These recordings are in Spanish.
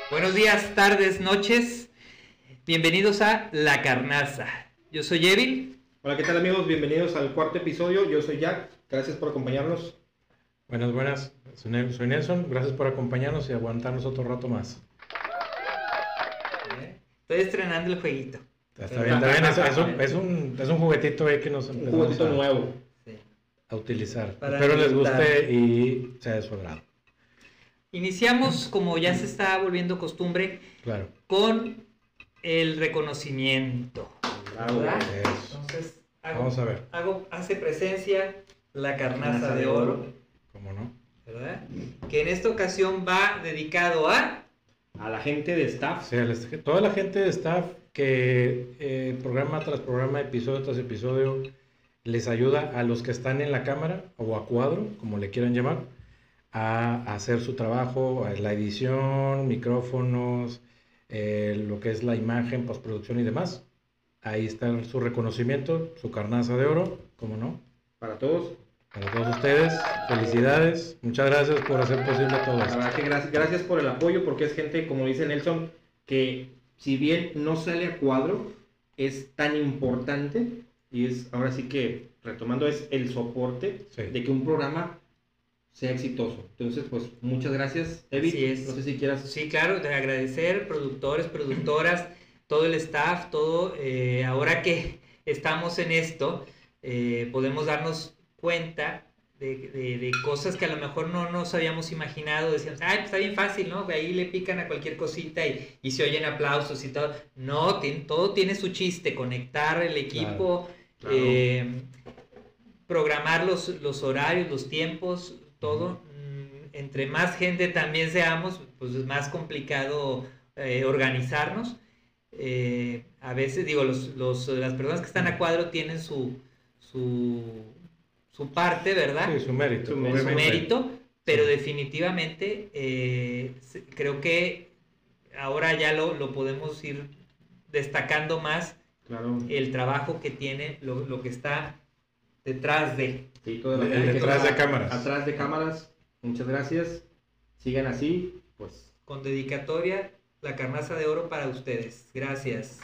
Buenos días, tardes, noches. Bienvenidos a La Carnaza. Yo soy Evil. Hola, ¿qué tal amigos? Bienvenidos al cuarto episodio. Yo soy Jack. Gracias por acompañarnos. Buenas. Soy Nelson. Gracias por acompañarnos y aguantarnos otro rato más. Estoy estrenando el jueguito. Está bien. Es un juguetito que nos Un juguetito nuevo. Sí. a utilizar. Para Espero les disfrutar. guste y sea de su agrado. Iniciamos, como ya se está volviendo costumbre, Claro. con el reconocimiento. ¿Verdad? Eso. Entonces, Vamos a ver. hace presencia la Carnaza de Oro, ¿Cómo no? ¿verdad? Que en esta ocasión va dedicado a... A la gente de staff. Sí, toda la gente de staff que programa tras programa, episodio tras episodio, les ayuda a los que están en la cámara o a cuadro, como le quieran llamar, a hacer su trabajo, a la edición, micrófonos, lo que es la imagen, postproducción y demás. Ahí está su reconocimiento, su carnaza de oro, ¿cómo no? Para todos. Para todos ustedes, felicidades, muchas gracias por hacer posible todo La esto. verdad que gracias por el apoyo, porque es gente, como dice Nelson, que si bien no sale a cuadro, es tan importante y es, ahora sí que, retomando, es el soporte Sí. de que un programa sea exitoso. Entonces, pues, muchas gracias, Evi. Así es. No sé si quieras... Sí, claro, de agradecer, productores, productoras, todo el staff, todo. Ahora que estamos en esto, podemos darnos cuenta de cosas que a lo mejor no nos habíamos imaginado. Decíamos, ay, pues está bien fácil, ¿no? Ahí le pican a cualquier cosita y se oyen aplausos y todo. No, todo tiene su chiste, conectar el equipo, Claro. programar los horarios, los tiempos, todo. Entre más gente también seamos, pues es más complicado organizarnos. A veces, digo, las personas que están a cuadro tienen su parte, ¿verdad? Sí, su mérito. Su Su obviamente. mérito, pero definitivamente creo que ahora ya lo podemos ir destacando más, Claro. el trabajo que tiene, lo que está detrás de. Sí, toda la El gente que detrás está de cámaras. Atrás de cámaras. Muchas gracias. Sigan así, pues... Con dedicatoria, la Carnaza de Oro para ustedes. Gracias.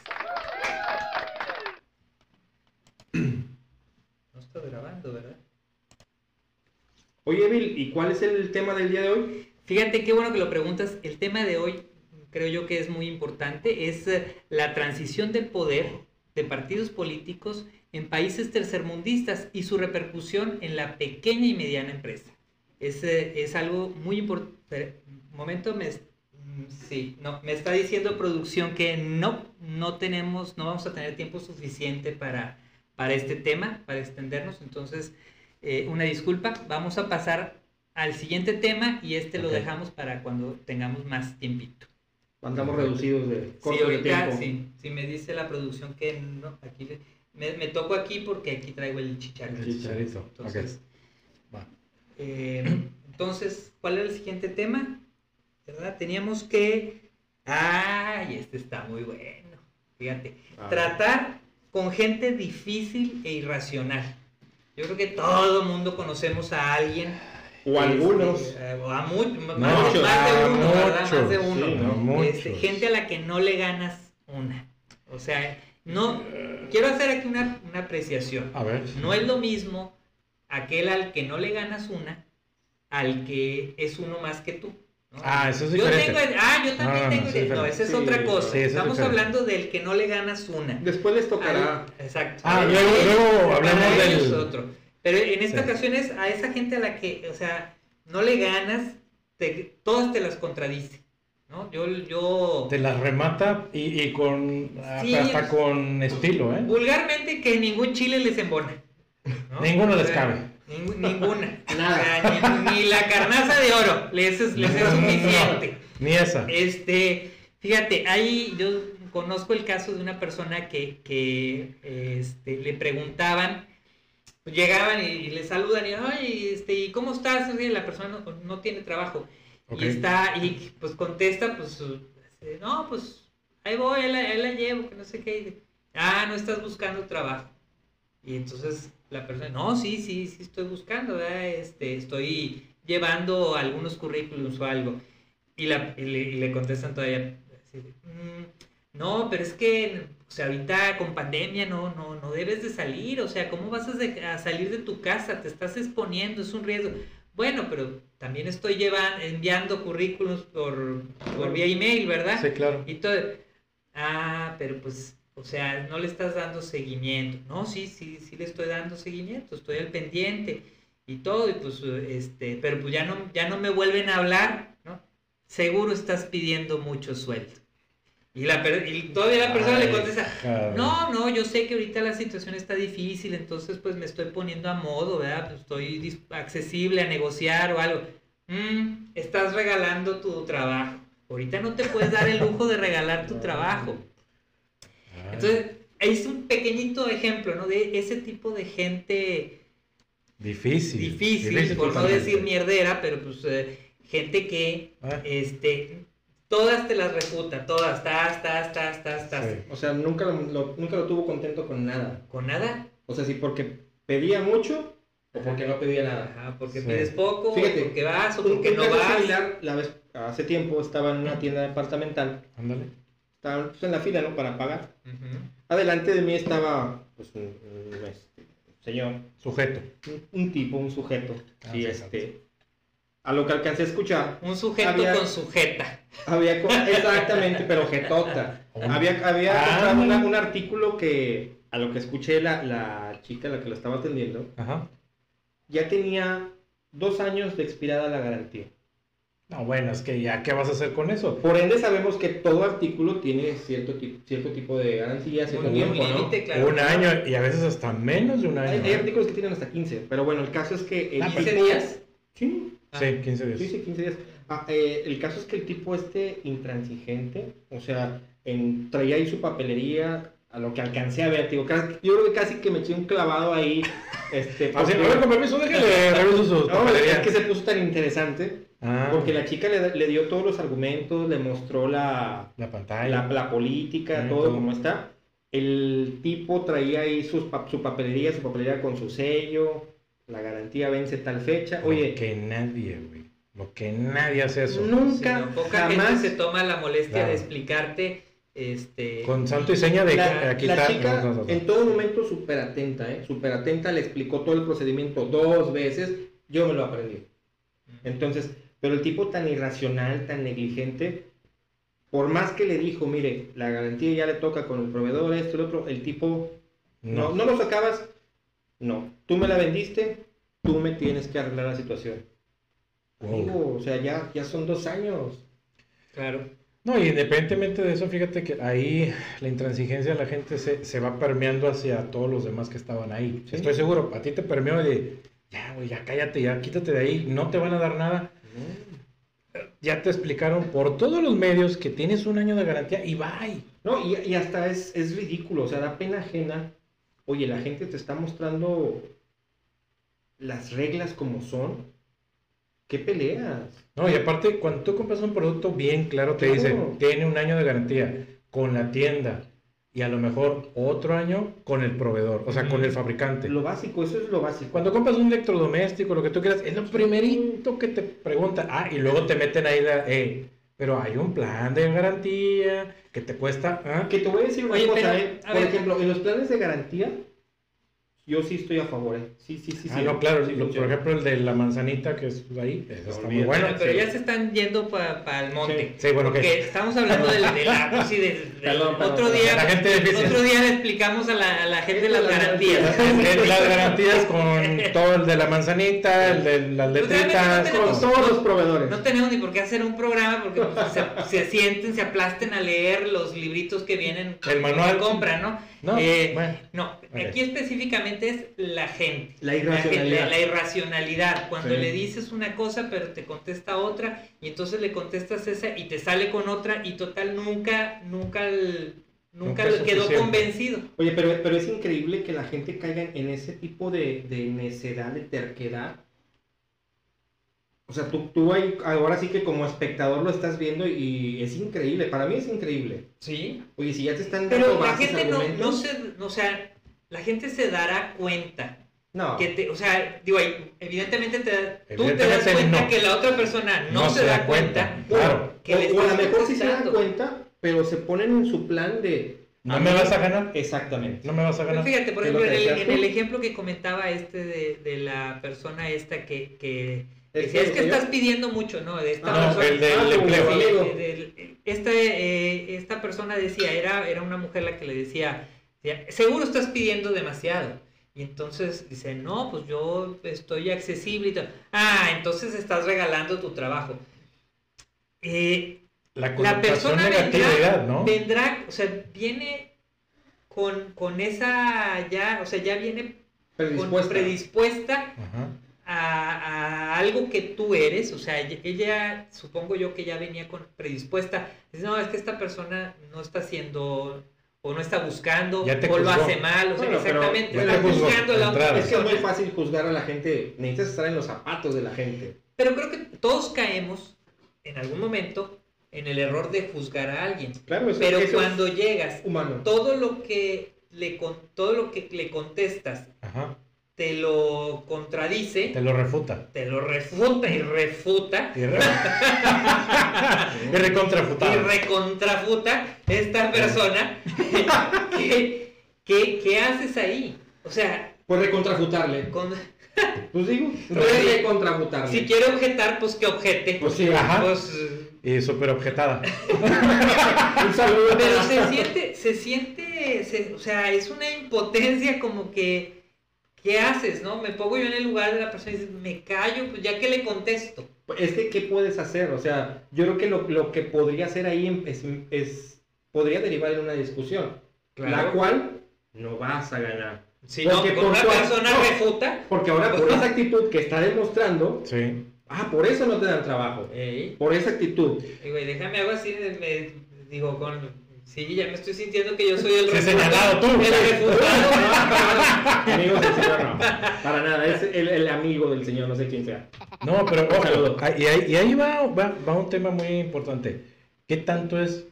No está grabando, ¿verdad? Oye, Evil, ¿y cuál es el tema del día de hoy? Fíjate qué bueno que lo preguntas. El tema de hoy creo yo que es muy importante. Es la transición del poder de partidos políticos en países tercermundistas y su repercusión en la pequeña y mediana empresa. Es algo muy importante. Momento, me está diciendo producción que no vamos a tener tiempo suficiente para este tema, para extendernos. Entonces, una disculpa. Vamos a pasar al siguiente tema y lo Ok. dejamos para cuando tengamos más tiempito. Andamos reducidos de Sí, corto de ahorita tiempo. sí me dice la producción que no, aquí me toco aquí porque aquí traigo el chicharito. El chicharito. Entonces, Ok. Va. entonces, ¿cuál es el siguiente tema? ¿Verdad? Teníamos que... ¡Ay! Este está muy bueno. Fíjate. A ver. Tratar con gente difícil e irracional. Yo creo que todo el mundo conocemos a alguien. O algunos. O a muchos. Muchos. Más de uno, ¿verdad? Más de Muchos, uno. sí, no, muchos. Gente a la que no le ganas una. O sea, no... Quiero hacer aquí una apreciación. A ver. No es lo mismo aquel al que no le ganas una, al que es uno más que tú, ¿no? Ah, eso es yo diferente. yo también No, tengo... eso es No, diferente. esa es Sí, otra cosa. sí, eso es Estamos diferente. hablando del que no le ganas una. Después les tocará. Exacto. Luego hablamos Para ellos del... otro. Pero en esta Sí. ocasión es a esa gente a la que, o sea, no le ganas, todas te las contradice, ¿no? Yo Te las remata y con... Sí, hasta con estilo, ¿eh? vulgarmente que ningún chile les embona, ¿no? Ninguno les O sea, cabe. Ninguna. Nada. O sea, ni la Carnaza de Oro les es suficiente. Ni esa. Fíjate, ahí yo conozco el caso de una persona que le preguntaban, llegaban y le saludan y, ay, ¿y cómo estás? Y la persona no tiene trabajo. Ok. Y pues contesta, pues, no, pues, ahí voy, ahí la llevo, que no sé qué. No estás buscando trabajo. Y entonces la persona, no, sí estoy buscando, ¿verdad? Estoy llevando algunos currículums o algo. Y le contestan todavía, así, no, pero es que, o sea, ahorita con pandemia no debes de salir, o sea, ¿cómo vas a salir de tu casa? Te estás exponiendo, es un riesgo. Bueno, pero también estoy enviando currículums por vía email, ¿verdad? Sí, claro. Y todo, pero pues, o sea, no le estás dando seguimiento. No, sí le estoy dando seguimiento, estoy al pendiente y todo, y pues, pero pues ya no me vuelven a hablar, ¿no? Seguro estás pidiendo mucho sueldo. Y todavía la persona le contesta, no, yo sé que ahorita la situación está difícil, entonces pues me estoy poniendo a modo, ¿verdad? Pues estoy accesible a negociar o algo. Estás regalando tu trabajo. Ahorita no te puedes dar el lujo de regalar tu trabajo. Entonces, es un pequeñito ejemplo, ¿no? De ese tipo de gente difícil, por no decir mierdera, pero pues gente que, todas te las refuta, todas, Sí. O sea, nunca lo tuvo contento con nada. ¿Con nada? O sea, sí, porque pedía mucho o porque no pedía nada. Ajá, porque pides poco, fíjate, o porque vas, o porque no caso vas. Similar, hace tiempo estaba en una tienda departamental. Ándale. Estaba pues, en la fila, ¿no? Para pagar. Adelante de mí estaba pues, un señor. Sujeto. Un sujeto. Sí, a lo que alcancé a escuchar. Un sujeto con sujeta. Exactamente, pero jetota. Había comprado un artículo que, a lo que escuché la chica, la que lo estaba atendiendo, ajá, ya tenía 2 años de expirada la garantía. No, bueno, es que ya, ¿qué vas a hacer con eso? Por ende, sabemos que todo artículo tiene cierto tipo de garantía, cierto tiempo, ¿no? Claro. Un año, y a veces hasta menos de un año. Hay artículos que tienen hasta 15, pero bueno, el caso es que... 15 días. Sí. Sí, 15 días. Sí, 15 días. El caso es que el tipo intransigente, o sea, traía ahí su papelería, a lo que alcancé a ver, digo, yo creo que casi que me eché un clavado ahí. A ver, con permiso, déjale reviso su papelería. Es que se puso tan interesante, porque la chica le dio todos los argumentos, le mostró la pantalla, la política, todo como está. El tipo traía ahí su papelería con su sello. La garantía vence tal fecha. Oye, lo que nadie hace eso. Nunca, poca jamás gente se toma la molestia de explicarte. Con santo y seña de aquí la chica en todo momento súper atenta, le explicó todo el procedimiento 2 veces, yo me lo aprendí. Entonces, pero el tipo tan irracional, tan negligente, por más que le dijo, mire, la garantía ya le toca con el proveedor, esto y lo otro, el tipo, no lo sacabas. No, tú me la vendiste, tú me tienes que arreglar la situación. Amigo, o sea, ya son 2 años. Claro. No, y independientemente de eso, fíjate que ahí la intransigencia de la gente se va permeando hacia todos los demás que estaban ahí. ¿Sí? Estoy seguro, a ti te permeó de, ya, güey, ya cállate, ya quítate de ahí, no te van a dar nada. Ya te explicaron por todos los medios que tienes 1 año de garantía y bye. No, y hasta es ridículo, o sea, da pena ajena. Oye, la gente te está mostrando las reglas como son. ¿Qué peleas? No, y aparte, cuando tú compras un producto bien claro, te dice, tiene 1 año de garantía con la tienda y a lo mejor otro año con el proveedor, o sea, con el fabricante. Lo básico, eso es lo básico. Cuando compras un electrodoméstico, lo que tú quieras, es lo primerito que te preguntan. Y luego te meten ahí pero hay un plan de garantía que te cuesta... Que te voy a decir una cosa, por ejemplo, en los planes de garantía, yo sí estoy a favor, Sí. No, claro, por ejemplo, el de la manzanita que es ahí, eso está muy bueno. Pero ya se están yendo para el monte. Sí, bueno, porque estamos hablando de otro día le explicamos a la gente las garantías. Las garantías con todo el de la manzanita, el de las letritas, con todos los proveedores. No tenemos ni por qué hacer un programa porque se sienten, se aplasten a leer los libritos que vienen el manual de compra, ¿no? No, aquí específicamente es la gente. La irracionalidad. La irracionalidad. Cuando le dices una cosa, pero te contesta otra, y entonces le contestas esa y te sale con otra, y total nunca quedó convencido. Oye, pero es increíble que la gente caiga en ese tipo de necedad, de terquedad. O sea, tú ahora sí que como espectador lo estás viendo y es increíble. Para mí es increíble. Sí. Oye, si ya te están dando bases la gente argumentos... la gente se dará cuenta No. o sea, digo, evidentemente tú te das cuenta no. que la otra persona no se da cuenta. Claro. Que le O a lo estás mejor sí se dan contestando. cuenta, pero se ponen en su plan de... No me vas a ganar. Exactamente. No me vas a Pero ganar. fíjate, por ¿Qué es ejemplo, lo que decías en tú? el ejemplo que comentaba de la persona esta que ¿Es decía, que es que soy yo? estás pidiendo mucho, ¿no? De esta No, persona. el del tu empleo. amigo. Esta persona decía, era una mujer la que le decía, seguro estás pidiendo demasiado. Y entonces dice, no, pues yo estoy accesible y tal. Ah, entonces estás regalando tu trabajo. La La persona negatividad, ¿no? vendrá, o sea, viene con esa ya, o sea, ya viene predispuesta Ajá. a algo que tú eres, o sea, ella, supongo yo que ya venía predispuesta, dice, no, es que esta persona no está haciendo, o no está buscando, Ya te o lo juzgó. hace mal, o sea, Bueno, pero exactamente, ya está te juzgó buscando a de la otra entrada. Es que es muy persona. fácil juzgar a la gente. Necesitas estar en los zapatos de la gente. Pero creo que todos caemos, en algún momento, en el error de juzgar a alguien. Claro, Pero eso cuando es llegas, humano. todo lo que le contestas Ajá. te lo contradice, Te lo refuta. te lo refuta y refuta Y recontrafuta. y recontrafuta esta persona. ¿Qué haces ahí? O sea, Pues recontrafutarle. Pues digo, recontrafutarle. si quiere objetar, pues que objete. Pues sí, ajá. Pues, Y súper objetada. Un saludo. pero se siente, o sea, es una impotencia como que, ¿qué haces, no? Me pongo yo en el lugar de la persona y dices, me callo, pues ya que le contesto. Es que, ¿qué puedes hacer? O sea, yo creo que lo que podría hacer ahí podría derivar en una discusión, Claro. la cual no vas a ganar. Si Porque no, con una por tu- persona no. refuta. Porque ahora, por esa actitud que está demostrando, Sí. por eso no te dan trabajo. Por esa actitud. Y güey, déjame algo así, digo, sí, ya me estoy sintiendo que yo soy el Sí, señalado tú. El refutado. Amigos del Señor, no. Para nada, es el amigo del Señor, no sé quién sea. No, pero ojo, Saludos. y ahí va un tema muy importante. ¿Qué tanto es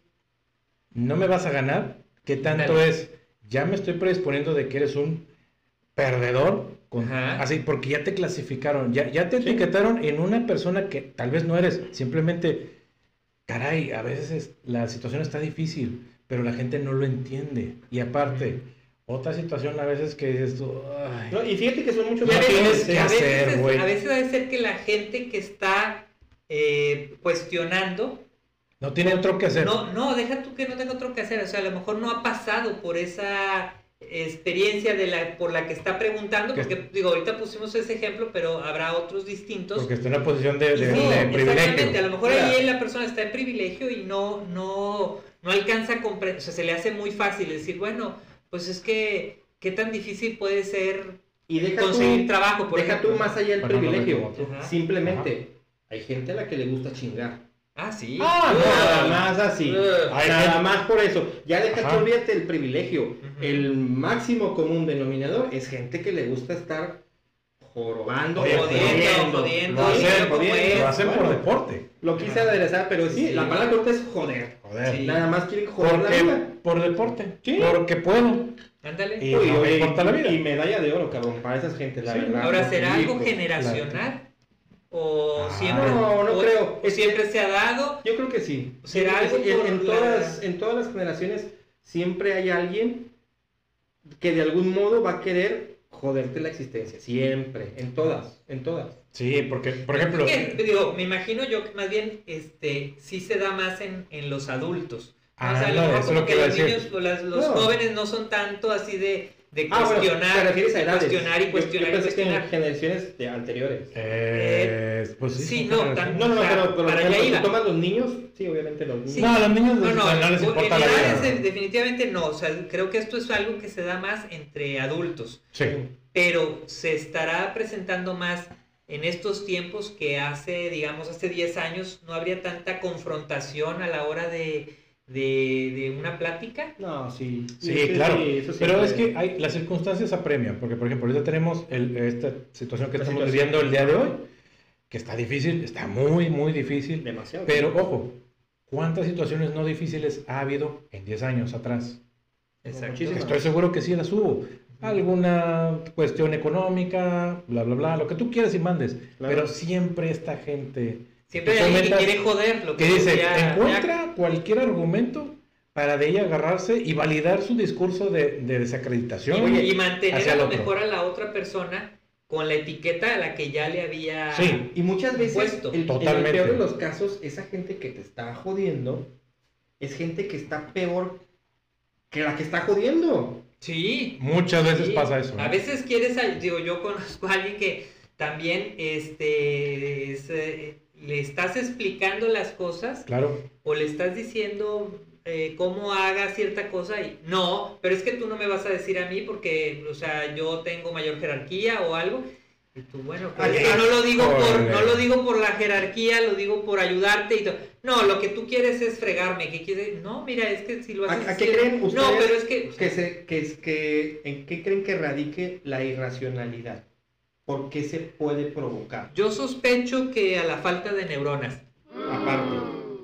no me vas a ganar? ¿Qué tanto Dale. es ya me estoy predisponiendo de que eres un perdedor? Ajá. Así, porque ya te clasificaron, ya te etiquetaron en una persona que tal vez no eres. Simplemente, caray, a veces la situación está difícil, pero la gente no lo entiende. Y aparte, otra situación a veces que dices tú, ay, No, y fíjate que son muchos No más tienes cosas, que ¿eh? hacer, güey. A veces debe ser que la gente que está cuestionando, no tiene otro que hacer. no, deja tú que no tenga otro que hacer, o sea, a lo mejor no ha pasado por esa experiencia por la que está preguntando, Que- porque digo, ahorita pusimos ese ejemplo, pero habrá otros distintos. Porque está en una posición de Sí, privilegio. exactamente, a lo mejor Mira. ahí la persona está en privilegio y no alcanza a comprender, o sea, se le hace muy fácil decir, bueno, pues es que, ¿qué tan difícil puede ser Y deja conseguir tú, trabajo, por deja tú ejemplo? más allá el Bueno, no privilegio. lo como tú. Ajá. Simplemente, hay gente a la que le gusta chingar. Ah, sí. Nada más así. Hay Nada gente- más por eso. Ya deja Ajá. que olvídate el privilegio. Ujú. El máximo común denominador es gente que le gusta estar jorobando, Oye, jodiendo, Lo hacen, como es. lo hacen por Bueno, deporte. Lo quise aderezar, pero sí, Sí. la palabra corta es joder. Joder. Sí. Nada más quieren joder la Porque, vida. por deporte. Sí. Porque puedo. Ándale. Y no me importa la vida. Y medalla de oro, cabrón, para esas gentes, la Sí. verdad. Ahora, ¿será algo Hijos. generacional? ¿O Ah. siempre, No creo. o siempre se ha dado? Yo creo que sí. ¿Será Yo creo que algo sí. por En todas las generaciones siempre hay alguien que de algún modo va a querer joderte la existencia. Siempre. En todas. Sí, porque, por ejemplo, Es que, digo, me imagino yo que más bien sí se da más en los adultos. Ah, O sea, a lo no, mejor eso es como lo que que iba a los decir. niños o los No. jóvenes no son tanto así de Bueno, cuestionar, te refieres a edades. cuestionar y Yo cuestionar y pensé que en cuestionar. generaciones anteriores. pues sí. Sí, son no, generaciones. No, o sea, pero para por allá ejemplo, iba. si toman los niños, sí, obviamente los niños. Sí. No, a los niños No, no les importa en la edades, vida. definitivamente no. O sea, creo que esto es algo que se da más entre adultos. Sí. Pero se estará presentando más en estos tiempos que hace 10 años no habría tanta confrontación a la hora de una plática. No, sí. Sí, claro. eso Pero siempre- es que las circunstancias apremian, porque por ejemplo, ahorita tenemos esta situación que La estamos situación. viviendo el día de hoy, que está difícil, está muy, muy difícil. Demasiado. Pero ojo, ¿cuántas situaciones no difíciles ha habido en 10 años atrás? Muchísimas. Estoy seguro que sí las hubo. alguna cuestión económica, bla, bla, bla, lo que tú quieras y mandes. Claro. Pero siempre esta gente... Siempre hay alguien que quiere joder. Lo que dice, decía encuentra cualquier argumento para de ella agarrarse y validar su discurso de desacreditación. Oye, y mantener hacia a el lo otro. mejor a la otra persona con la etiqueta a la que ya le había Sí. Y muchas veces, puesto. en el Totalmente. peor de los casos, esa gente que te está jodiendo es gente que está peor que la que está jodiendo. Sí. Muchas veces Sí. pasa eso. A ¿no? veces quieres, digo, yo conozco a alguien que también le estás explicando las cosas Claro. o le estás diciendo cómo haga cierta cosa y no, pero es que tú no me vas a decir a mí porque, o sea, yo tengo mayor jerarquía o algo. Y tú, bueno, pues, Oye, yo no lo digo órale. no lo digo por la jerarquía, lo digo por ayudarte y todo. No, lo que tú quieres es fregarme, ¿qué quieres? No, mira, es que si lo haces ¿A qué así- creen ustedes No, pero es que ¿en qué creen que radique la irracionalidad? ¿Por qué se puede provocar? yo sospecho que a la falta de neuronas. Aparte.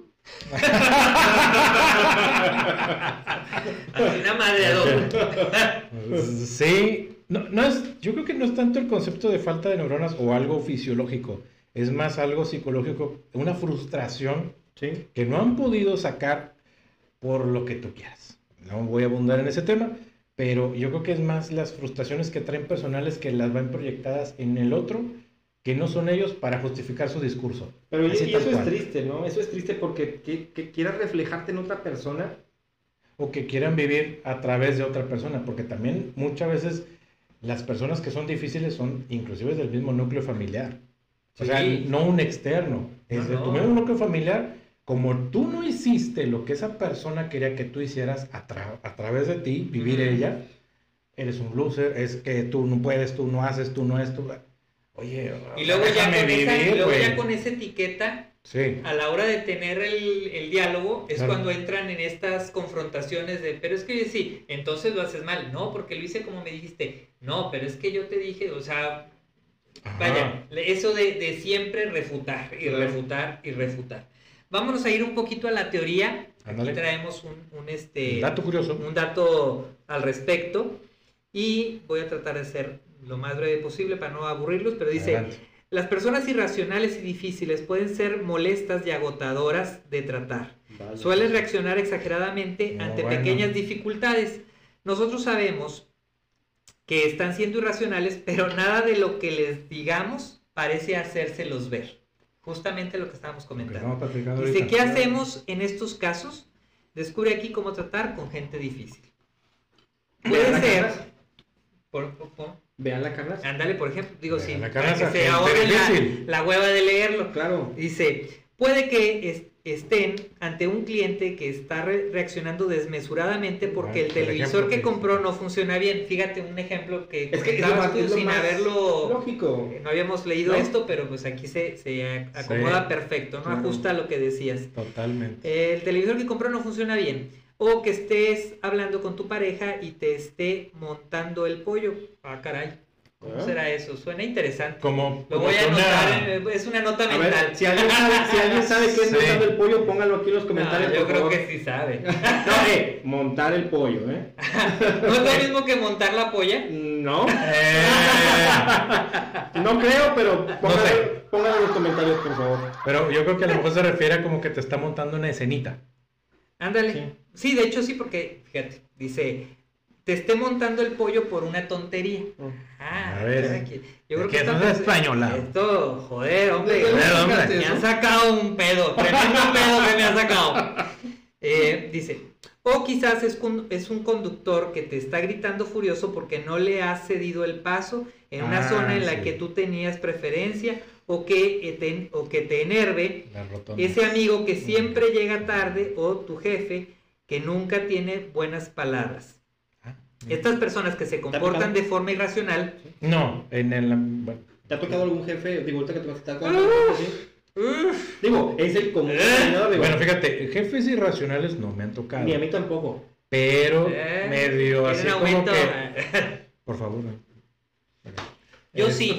Así una madre a dos. Sí, no es, yo creo que no es tanto el concepto de falta de neuronas o algo fisiológico, es más algo psicológico, una frustración Sí. que no han podido sacar por lo que tú quieras. No voy a abundar en ese tema, pero yo creo que es más las frustraciones que traen personales que las van proyectadas en el otro, que no son ellos para justificar su discurso. Pero y Así tal eso es cual. triste, ¿no? Eso es triste porque que quieras reflejarte en otra persona. O que quieran vivir a través de otra persona, porque también muchas veces las personas que son difíciles son inclusive del mismo núcleo familiar. O sea, Sí. no un externo, es de No. tu mismo núcleo familiar. Como tú no hiciste lo que esa persona quería que tú hicieras a través de ti, vivir Ujú. ella, eres un loser, es que tú no puedes, tú no haces, tú no esto. Oye, Y luego, ya déjame con, esa, vivir, luego güey. ya con esa etiqueta, Sí, a la hora de tener el diálogo, es Claro. cuando entran en estas confrontaciones de, pero es que sí, entonces lo haces mal. No, porque lo hice como me dijiste. No, pero es que yo te dije, o sea, Ajá. vaya, eso de siempre refutar y Claro. refutar y refutar. Vámonos a ir un poquito a la teoría. Ándale. Aquí traemos un Dato curioso. un dato al respecto y voy a tratar de ser lo más breve posible para no aburrirlos, pero dice, Adelante. las personas irracionales y difíciles pueden ser molestas y agotadoras de tratar. Vaya. Suelen reaccionar exageradamente No, ante bueno. pequeñas dificultades. Nosotros sabemos que están siendo irracionales, pero nada de lo que les digamos parece hacérselos ver. Justamente lo que estábamos Lo que comentando. estamos platicando Dice, ahorita. ¿qué hacemos en estos casos? Descubre aquí cómo tratar con gente difícil. Puede Vean la ser... Carlas. Vean la Carlas. Ándale, por ejemplo, digo, Vean sí, la para Carlas, que se gente ahorren difícil. la hueva de leerlo. Claro. Dice, puede que estén ante un cliente que está reaccionando desmesuradamente porque Ah, el por televisor ejemplo, que que- compró no funciona bien. Fíjate, un ejemplo que Es que es lo comentabas más, tú es lo sin más haberlo... lógico. No habíamos leído ¿No? esto, pero pues aquí se acomoda Sí. perfecto, ¿no? Claro. Ajusta a lo que decías. Totalmente. El televisor que compró no funciona bien. O que estés hablando con tu pareja y te esté montando el pollo. Ah, caray. ¿Cómo ¿Ah? será eso? Suena interesante. Como, Lo como voy a que anotar, es una nota A mental. ver, si alguien sabe qué es Sí. montar el pollo, pónganlo aquí en los No, comentarios, yo por creo favor. que sí sabe. No, montar el pollo, ¿eh? ¿No es lo mismo que montar la polla? No, Eh, no creo, pero pónganlo, sé. pónganlo en los comentarios, por favor. pero yo creo que a lo mejor se refiere a como que te está montando una escenita. Ándale. Sí, de hecho sí, porque, fíjate, dice, te esté montando el pollo por una tontería. A ver, aquí. Yo creo que que eso esta- es españolado. Esto, joder, hombre. Joder, hombre. Me han sacado un pedo, tremendo pedo que me han sacado. Dice, o quizás es un conductor que te está gritando furioso porque no le has cedido el paso en una zona en la sí. que tú tenías preferencia o que te enerve La rotonda. ese amigo que siempre llega tarde o tu jefe que nunca tiene buenas palabras. Ah, Estas personas que se comportan de forma irracional, no, en el... Bueno, ¿Te ha tocado algún jefe? Digo, ahorita que te está tocando algún jefe, sí. Digo, es el común denominador, digo, bueno, fíjate, jefes irracionales no me han tocado. ni a mí tampoco. Pero medio así tienen como aumento. que... Por favor. Yo sí.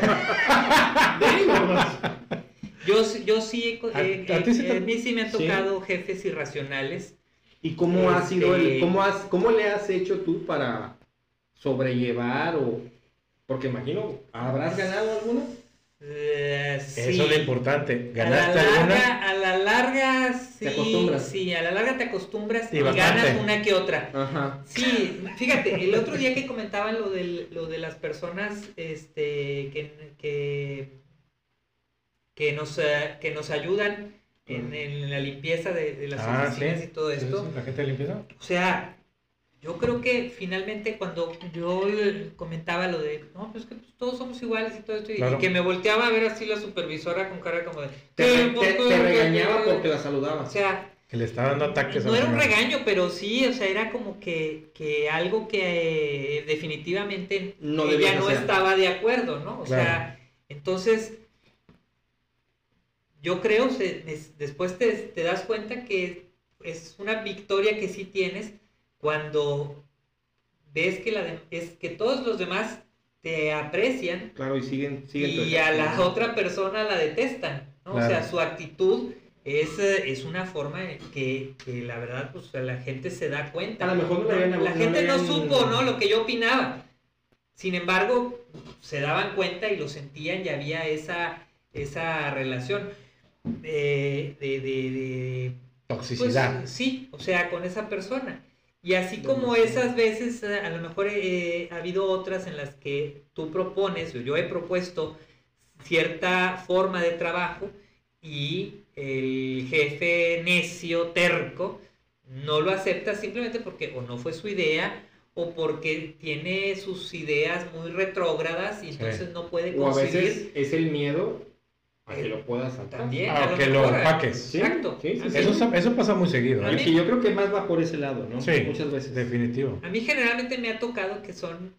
Yo sí, ¿A ti sí te- a mí sí me han Sí. tocado jefes irracionales. ¿Y cómo ha sido Este- cómo le has hecho tú para sobrellevar o... Porque imagino, ¿habrás ganado alguna? Sí. Eso es lo importante. ¿Ganaste alguna? A la larga, sí. ¿Te acostumbras? Sí, a la larga te acostumbras Y y bastante. ganas una que otra. Ajá. Sí, fíjate, el otro día que comentaban lo de las personas que nos ayudan en la limpieza de las oficinas sí. y todo esto. Sí, la gente de limpieza. O sea, yo creo que finalmente cuando yo le comentaba lo de, no, pues que pues, todos somos iguales y todo esto, Claro. y que me volteaba a ver así la supervisora con cara como de... Te regañaba porque la saludabas. O sea, Que le está dando ataques no a la era un señora. regaño, pero sí, o sea, era como que algo que definitivamente No ella debías no hacer. estaba de acuerdo, ¿no? O Claro. sea, entonces, yo creo, después te das cuenta que es una victoria que sí tienes cuando ves que todos los demás te aprecian Claro, y siguen tu y a ejemplo, la ¿no? otra persona la detestan, ¿no? Claro. O sea, su actitud es una forma en que la verdad, pues la gente se da cuenta. A lo mejor no le habían- La gente no habían- supo, ¿no? Lo que yo opinaba. Sin embargo, se daban cuenta y lo sentían y había esa relación de Toxicidad. pues, sí, o sea, con esa persona. Y así como Demasiado. esas veces, a lo mejor ha habido otras en las que tú propones, o yo he propuesto cierta forma de trabajo y el jefe necio, terco, no lo acepta simplemente porque o no fue su idea o porque tiene sus ideas muy retrógradas y entonces no puede O a veces conseguir es el miedo a que lo puedas saltar. también. Ah, a que lo mejor, empaques. Sí, Exacto. sí, sí, sí. Eso pasa muy seguido. A ¿eh? mí- Y que yo creo que más va por ese lado, ¿no? Sí, Muchas veces. definitivo. A mí generalmente me ha tocado que son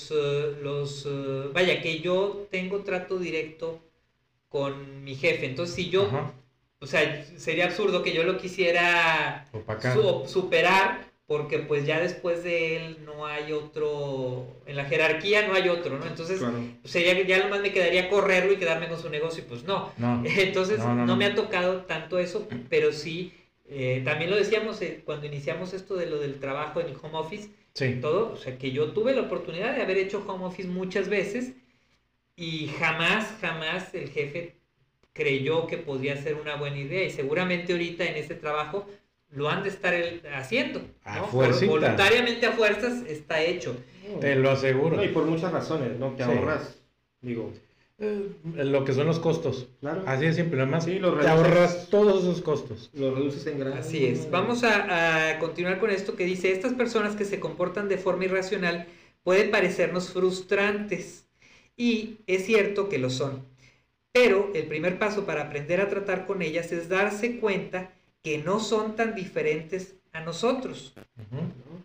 vaya, que yo tengo trato directo con mi jefe. Entonces, si yo, Ajá. o sea, sería absurdo que yo lo quisiera Opacar. superar, porque pues ya después de él no hay otro, en la jerarquía no hay otro, ¿no? Entonces, Claro. pues, ya nomás me quedaría correrlo y quedarme con su negocio, y pues no. No. Entonces, No, no, no no. me ha tocado tanto eso, pero sí, también lo decíamos cuando iniciamos esto de lo del trabajo en el home office, Sí. todo, o sea, que yo tuve la oportunidad de haber hecho home office muchas veces y jamás el jefe creyó que podía ser una buena idea y seguramente ahorita en ese trabajo lo han de estar haciendo, A ¿no? fuercita. Voluntariamente a fuerzas está hecho. Te lo aseguro. No, y por muchas razones, ¿no? Te Sí. ahorras, digo, Lo que son los costos. claro. Así de simple, nada más. Sí, los te reduces. ahorras todos esos costos. Lo reduces en grado. Así es. Vamos a continuar con esto que dice, estas personas que se comportan de forma irracional pueden parecernos frustrantes y es cierto que lo son. Pero el primer paso para aprender a tratar con ellas es darse cuenta que no son tan diferentes a nosotros. Ujú.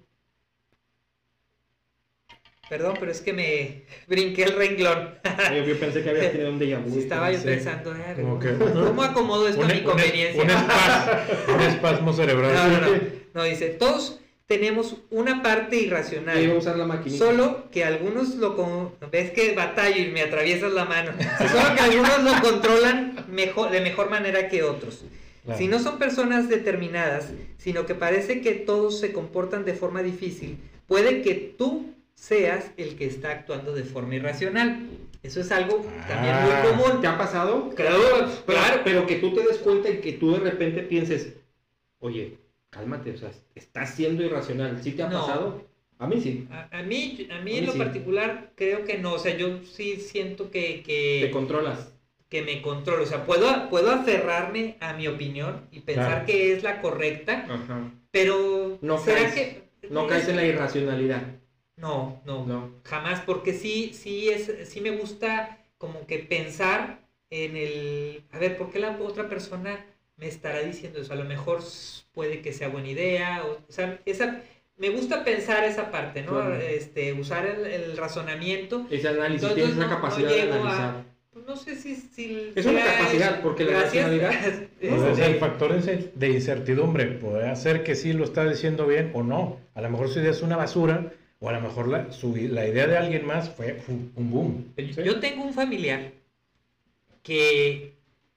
Perdón, pero es que me brinqué el renglón. Yo pensé que había tenido un déjà vu. Sí, estaba yo Sí. pensando, Como que- ¿cómo acomodo esto a mi conveniencia? Un espasmo cerebral. No, dice, todos tenemos una parte Iba a irracional. usar la maquinita. Solo que algunos ves que batallo y me atraviesas la mano. Solo que algunos lo controlan de mejor manera que otros. Claro. Si no son personas determinadas, sino que parece que todos se comportan de forma difícil, puede que tú seas el que está actuando de forma irracional. Eso es algo también muy común. ¿Te ha pasado? Claro, claro. Pero que tú te des cuenta y que tú de repente pienses, oye, cálmate, o sea, estás siendo irracional. ¿Sí te ha No. pasado? A mí sí. A mí mí en lo sí. particular creo que no, o sea, yo sí siento Te que controlas. me controlo, o sea, puedo aferrarme a mi opinión y pensar Claro. que es la correcta, Ajá. pero No ¿será caes- que No caes en la irracionalidad. No, No. jamás, porque sí me gusta como que pensar en a ver, ¿por qué la otra persona me estará diciendo eso? A lo mejor puede que sea buena idea, o sea, me gusta pensar esa parte, ¿no? Claro. Usar el razonamiento. Ese análisis, Entonces, tienes esa no capacidad de llego analizar. Pues no sé si Es una sea- capacidad, porque la Gracias. racionalidad- Puede ser el factor de incertidumbre. Puede hacer que sí lo está diciendo bien o no. A lo mejor su idea es una basura o a lo mejor la idea de alguien más fue un boom. Yo tengo un familiar que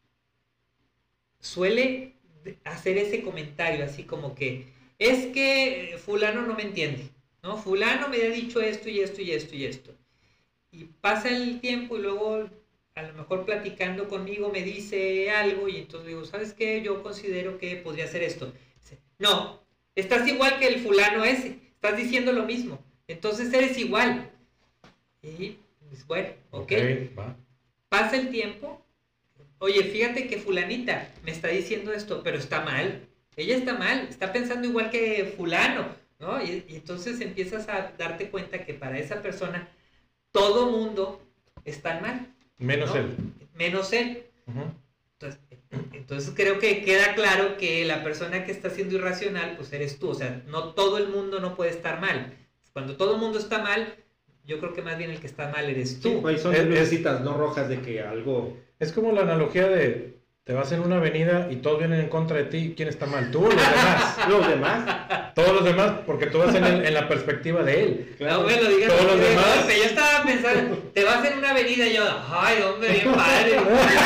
suele hacer ese comentario así como que es que fulano no me entiende, ¿no? Fulano me ha dicho esto y esto y esto y esto. Y pasa el tiempo y luego a lo mejor platicando conmigo me dice algo y entonces digo, ¿sabes qué? Yo considero que podría ser esto. Dice, no, estás igual que el fulano ese, estás diciendo lo mismo, entonces eres igual. Y pues, bueno, ok. Va. Pasa el tiempo, oye, fíjate que fulanita me está diciendo esto, pero está mal. Ella está mal, está pensando igual que fulano, ¿no? Y entonces empiezas a darte cuenta que para esa persona todo mundo está mal. Menos ¿no? él. Menos él. Ujú. Entonces creo que queda claro que la persona que está siendo irracional, pues eres tú. O sea, no todo el mundo no puede estar mal. Cuando todo el mundo está mal, yo creo que más bien el que está mal eres tú. Sí, pues son lucecitas no rojas de que algo... Es como la analogía de te vas en una avenida y todos vienen en contra de ti. ¿Quién está mal? ¿Tú o los demás? Los demás. Todos los demás, porque tú vas en la perspectiva de él. Claro. No, bueno, digas todos los demás. Yo estaba pensando, te vas en una avenida y yo, ay, hombre, bien padre.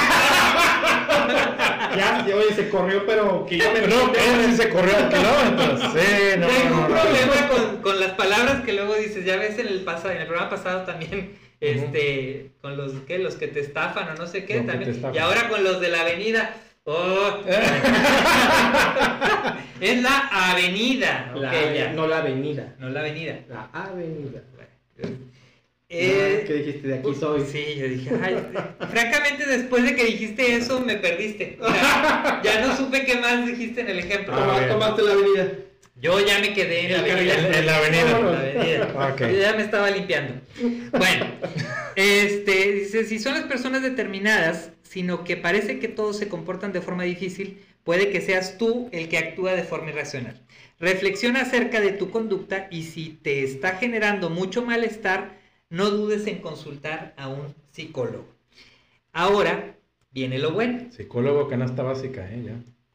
Ya, oye, se corrió, pero que yo me... No, ¿cómo si se corrió kilómetros? Sí, no. Tengo un problema con las palabras que luego dices, ya ves en el programa pasado también, con los que te estafan o no sé qué, también. Y ahora con los de la avenida. Oh. Es la avenida. No la avenida. No la avenida. La avenida. ¿Qué dijiste? De aquí soy. Sí, yo dije, ay, francamente después de que dijiste eso me perdiste. O sea, ya no supe qué más dijiste en el ejemplo. Tomaste la avenida. Yo ya me quedé en la avenida. En la avenida. Okay. Yo ya me estaba limpiando. Bueno, dice, si son las personas determinadas, sino que parece que todos se comportan de forma difícil, puede que seas tú el que actúa de forma irracional. Reflexiona acerca de tu conducta y si te está generando mucho malestar, no dudes en consultar a un psicólogo. Ahora viene lo bueno. Psicólogo, canasta básica, ya.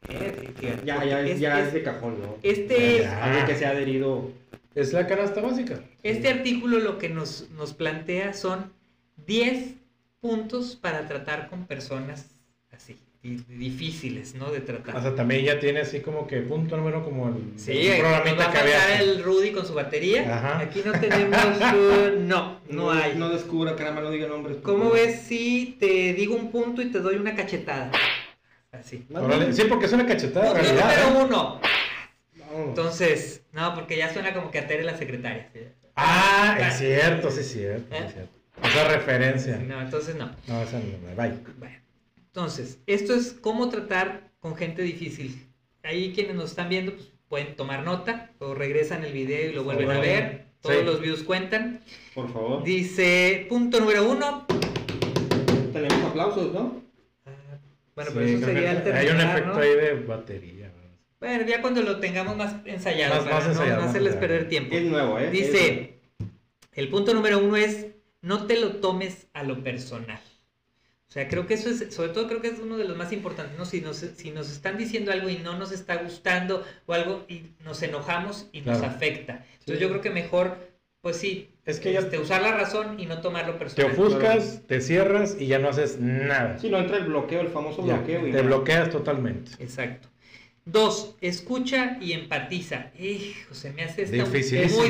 Ya es de cajón, ¿no? Algo que se ha adherido. Es la canasta básica. Este artículo lo que nos plantea son 10 puntos para tratar con personas así, difíciles, ¿no? De tratar. O sea, también ya tiene así como que punto número como el programita que había. El Rudy con su batería. Ajá. Aquí no tenemos... no hay. No descubra, caramba, no diga nombres. ¿Cómo ves si te digo un punto y te doy una cachetada? Así. Sí, porque es una cachetada. Punto realidad, número 1. Entonces, no, porque ya suena como que a Tere la secretaria. Es cierto, sí es cierto. Esa referencia. No, entonces no. No, esa no, bye. Bueno, entonces, esto es cómo tratar con gente difícil. Ahí quienes nos están viendo pues, pueden tomar nota o regresan el video y lo vuelven a ver. Todos los views cuentan. Por favor. Dice, punto número 1. Tenemos aplausos, ¿no? Bueno, pero eso sería el terminar, hay un efecto ahí de batería. Bueno, ya cuando lo tengamos más ensayado, más ensayado, no hacerles perder tiempo. Es nuevo, Dice, el punto número 1 es, no te lo tomes a lo personal. O sea, creo que eso es, sobre todo creo que es uno de los más importantes, ¿no? Si nos están diciendo algo y no nos está gustando o algo y nos enojamos y nos afecta. Entonces yo creo que mejor, pues sí, es que usar la razón y no tomarlo personal. Te ofuscas, te cierras y ya no haces nada. Sí, no entra el bloqueo, el famoso bloqueo. Te bloqueas totalmente. Exacto. 2, escucha y empatiza. Hijo, se me hace esto muy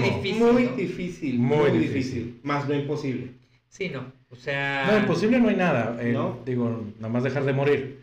difícil. Muy difícil. Más no imposible. Sí, no. O sea... No, imposible no hay nada. ¿No? Digo, nada más dejar de morir.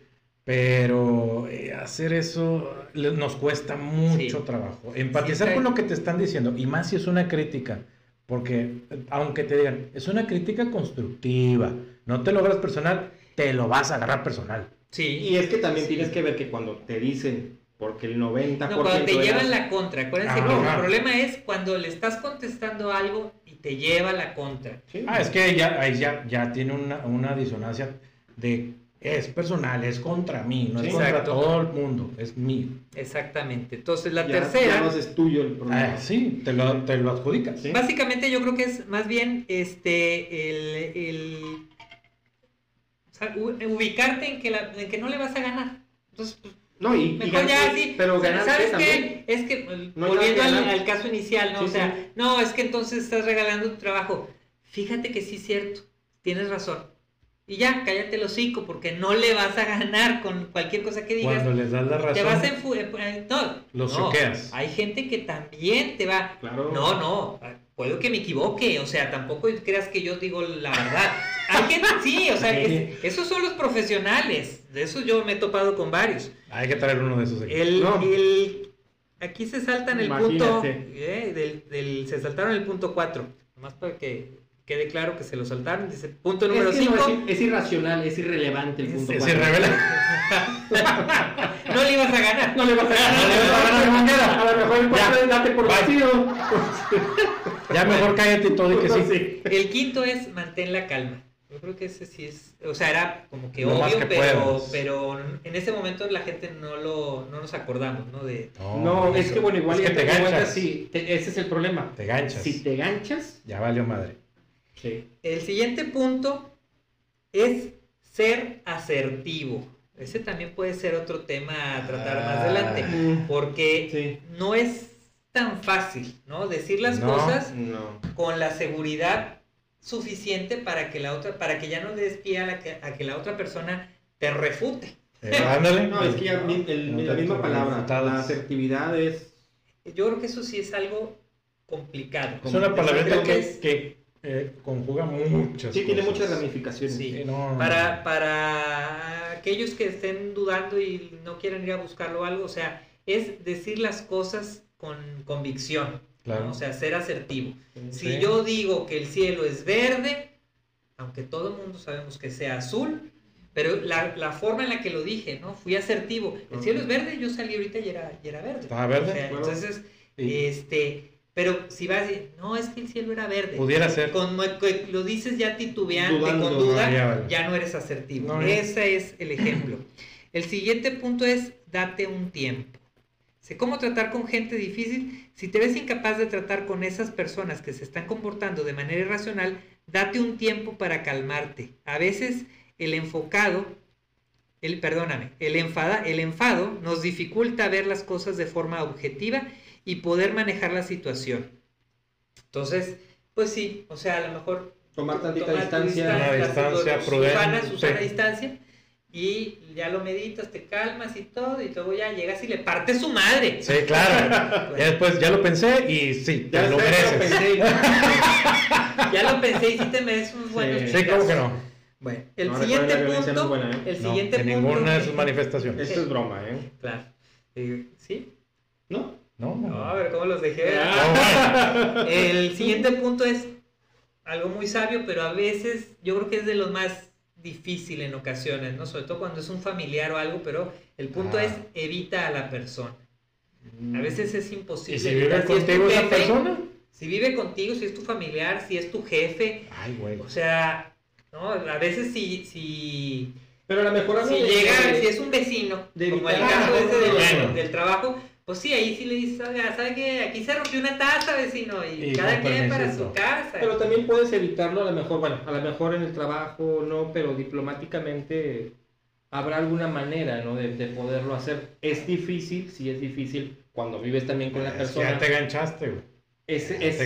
Pero hacer eso nos cuesta mucho trabajo. Empatizar con lo que te están diciendo. Y más si es una crítica. Porque aunque te digan, es una crítica constructiva. No te lo agarras personal, te lo vas a agarrar personal. Sí. Y es que también tienes que ver que cuando te dicen, porque el 90%... No, cuando te llevan la contra. Acuérdense que el problema es cuando le estás contestando algo y te lleva la contra. Sí. Es que ya tiene una disonancia de es personal, es contra mí, no es contra todo el mundo, es mío. Exactamente. Entonces la tercera... Ya no es tuyo el problema. Sí, te lo adjudicas. ¿Sí? Básicamente yo creo que es más bien o sea, ubicarte en que no le vas a ganar. Entonces, pues, no, mejor ya así. Pero ¿sabes qué? Es que, no volviendo al caso inicial, ¿no? Sí, o sea, no, es que entonces estás regalando tu trabajo. Fíjate que sí es cierto, tienes razón. Y ya, cállate el hocico, porque no le vas a ganar con cualquier cosa que digas. Cuando les das la razón, Te vas a los choqueas. Hay gente que también te va... Claro. No, puedo que me equivoque, o sea, tampoco creas que yo digo la verdad. Hay gente, sí, o sea, esos son los profesionales, de eso yo me he topado con varios. Hay que traer uno de esos aquí. Aquí se saltan el Imagínate. punto, se saltaron el punto 4, nomás para que quede claro que se lo saltaron. Dice, punto número Es que 5. no, es irracional, es irrelevante el punto Se 4. revela. No le ibas a ganar. No le vas a ganar. A lo mejor el 4 es date por vacío. Ya mejor cállate y todo y que sí. El quinto es mantén la calma. Yo creo que ese sí es, o sea, era como que Lo más obvio, que pero en ese momento la gente no nos acordamos, ¿no? No, es eso. que bueno, igual Es ya que te te das cuenta, ganchas. sí, ese es el problema. Te ganchas. Si te ganchas, Ya valió madre. sí. El siguiente punto es ser asertivo. Ese también puede ser otro tema a tratar más adelante, porque Sí. no es tan fácil, ¿no? Decir las No. cosas No. con la seguridad suficiente para que ya no des pie a que la otra persona te refute. Ándale. No, es que ya la misma palabra, Resultados. la asertividad es... Yo creo que eso sí es algo complicado. Es una palabrita Creo que que conjuga muchas Sí, tiene cosas. muchas ramificaciones. Sí. Sí, no. Para aquellos que estén dudando y no quieran ir a buscarlo algo, o sea, es decir las cosas con convicción, Claro. ¿no? O sea, ser asertivo. Sí. Si yo digo que el cielo es verde, aunque todo el mundo sabemos que sea azul, pero la forma en la que lo dije, ¿no? Fui asertivo. El cielo es verde, yo salí ahorita y era verde. ¿Estaba verde? O sea, Claro. entonces, Sí. pero si vas a decir, no, es que el cielo era verde. Pudiera ser. Como que lo dices ya titubeante, Dudando, con duda, no, ya vale. ya no eres asertivo. No, Ese es el ejemplo. El siguiente punto es date un tiempo. Sé cómo tratar con gente difícil. Si te ves incapaz de tratar con esas personas que se están comportando de manera irracional, date un tiempo para calmarte. A veces el enfado nos dificulta ver las cosas de forma objetiva y poder manejar la situación. Entonces, pues sí, o sea, a lo mejor Tomar tantita tomar tu distancia. Una distancia prudente. Susana distancia, y ya lo meditas, te calmas y todo, y luego ya llegas y le partes su madre. Sí, claro. Ya después, ya lo pensé y sí, te lo mereces. Ya lo pensé y sí te mereces unos buenos Sí, chingazos. ¿cómo que no? Bueno, el No, siguiente recuerda, la violencia no es punto, buena, ¿eh? el No, siguiente en punto, ninguna de sus manifestaciones. Esto es broma, ¿eh? Claro. ¿Sí? ¿No? No, a ver cómo los dejé. Ah, El siguiente punto es algo muy sabio, pero a veces yo creo que es de los más difícil en ocasiones, ¿no? Sobre todo cuando es un familiar o algo, pero el punto es evita a la persona. A veces es imposible. ¿Y si vive evitar. Si es tu contigo esa jefe, persona? Si vive contigo, si es tu familiar, si es tu jefe, Ay, güey. o sea, ¿no? A veces si Pero a lo mejor algo de- si es un vecino, de como el evitar- caso ese Bueno. del trabajo, pues sí, ahí sí le dices, oiga, ¿sabe qué? Aquí se rompió una taza, vecino, y Y cada con quien para permisito. su casa. Pero también puedes evitarlo a lo mejor, bueno, a lo mejor en el trabajo no, pero diplomáticamente habrá alguna manera, ¿no? De poderlo hacer. Es difícil, sí es difícil, cuando vives también con la Es que persona. ya te ganchaste, güey. Es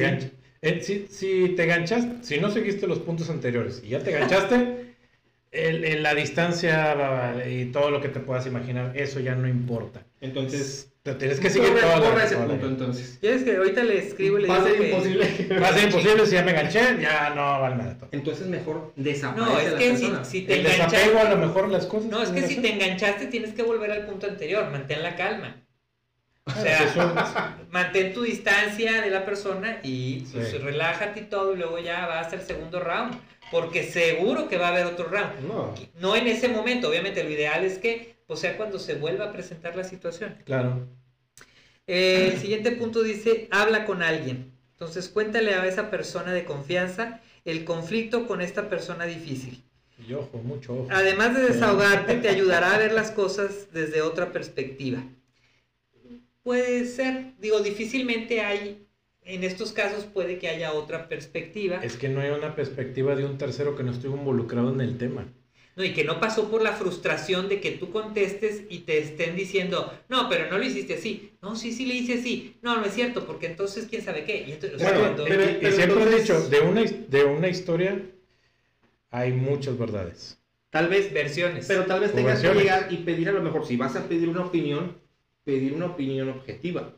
Si te ganchaste, si no seguiste los puntos anteriores y ya te ganchaste, la distancia y todo lo que te puedas imaginar, eso ya no importa. Entonces, Te tienes que seguir toda borra ese toda la- punto entonces. ¿Quieres que ahorita le escribo y le Va a digo ser que... imposible. Va a ser imposible, si ya me ganché, ya no vale nada. Todo. Entonces mejor desaparece No, es la que persona. si te El desapego enganchaste... a lo mejor las cosas. No, es que tienen si ser. te enganchaste tienes que volver al punto anterior, mantén la calma. O Ah, sea, eso- mantén tu distancia de la persona y pues, Sí. relájate y todo, y luego ya vas al segundo round. Porque seguro que va a haber otro round. No. No en ese momento, obviamente lo ideal es que, o sea, cuando se vuelva a presentar la situación. Claro. El siguiente punto dice, habla con alguien. Entonces cuéntale a esa persona de confianza el conflicto con esta persona difícil. Y ojo, mucho ojo. Además de desahogarte, te ayudará a ver las cosas desde otra perspectiva. Puede ser, digo, difícilmente hay, en estos casos puede que haya otra perspectiva. Es que no hay una perspectiva de un tercero que no estuvo involucrado en el tema. No, y que no pasó por la frustración de que tú contestes y te estén diciendo, no, pero no lo hiciste así. No, sí, sí le hice así. No, no es cierto, porque entonces quién sabe qué. Y entonces, o sea, Bueno, cuando- pero y siempre entonces- he dicho, de una historia, hay muchas verdades. Tal vez, Versiones. pero tal vez tengas que Versiones. llegar y pedir, a lo mejor, si vas a pedir una opinión objetiva.